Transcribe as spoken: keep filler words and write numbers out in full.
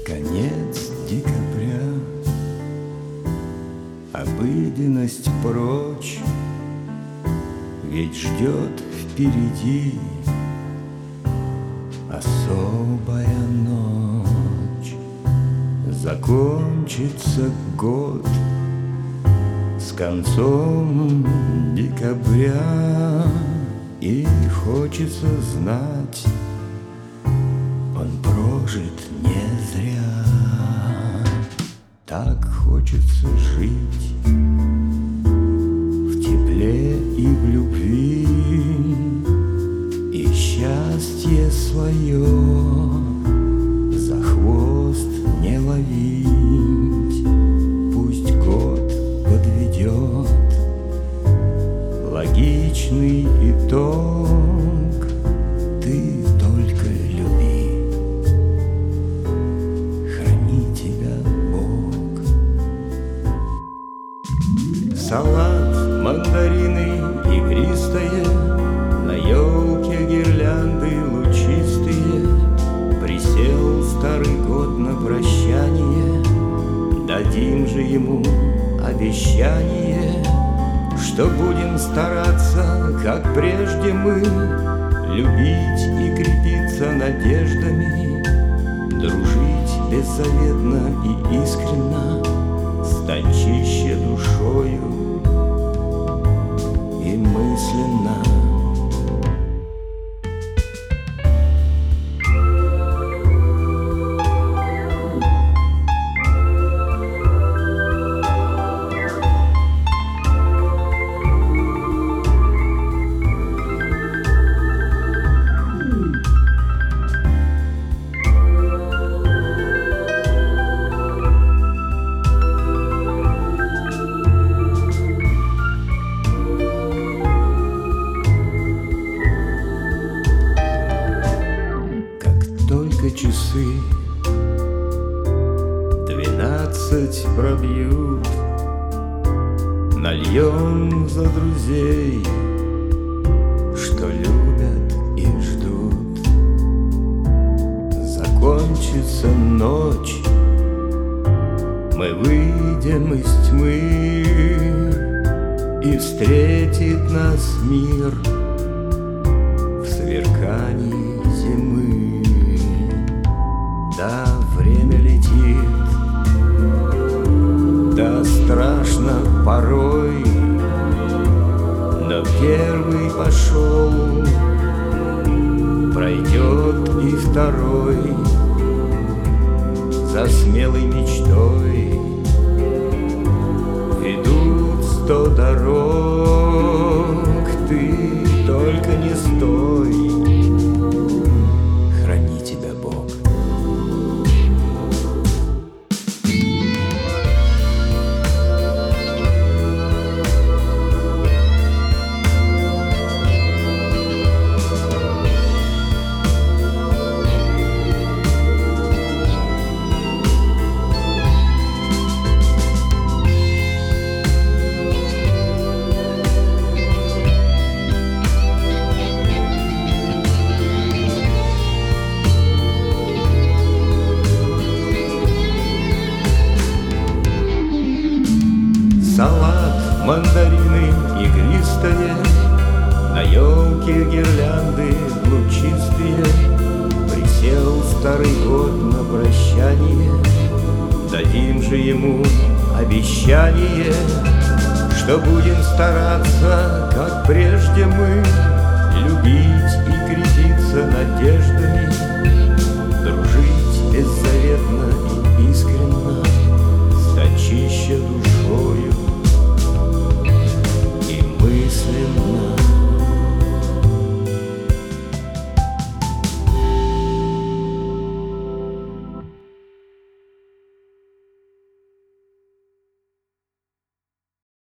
Конец декабря, обыденность прочь, ведь ждет впереди особая ночь. Закончится год с концом декабря, и хочется знать, он прожит не зря. Так хочется жить в тепле и в любви, и счастье свое за хвост не ловить. Пусть год подведет логичный итог, ты только люби, храни тебя Бог. Салат, мандарины, игристое, на елке гирлянды лучистые. Присел старый год на прощание, дадим же ему обещание, что будем стараться, как прежде мы, любить и крепиться надеждами, дружить беззаветно и искренно, с тончище душою и мысленно. Часы двенадцать пробьют, нальем за друзей, что любят и ждут. Закончится ночь, мы выйдем из тьмы, и встретит нас мир в сверкании зимы. Да, время летит, да, страшно порой, но первый пошел, пройдет и второй, за смелой мечтой ведут сто дорог. Ты только не стой, храни тебя Бог. Салат, мандарины, игристое, на елке гирлянды лучистые. Присел старый год на прощание, дадим же ему обещание, что будем стараться, как прежде мы, любить и крепиться надеждами,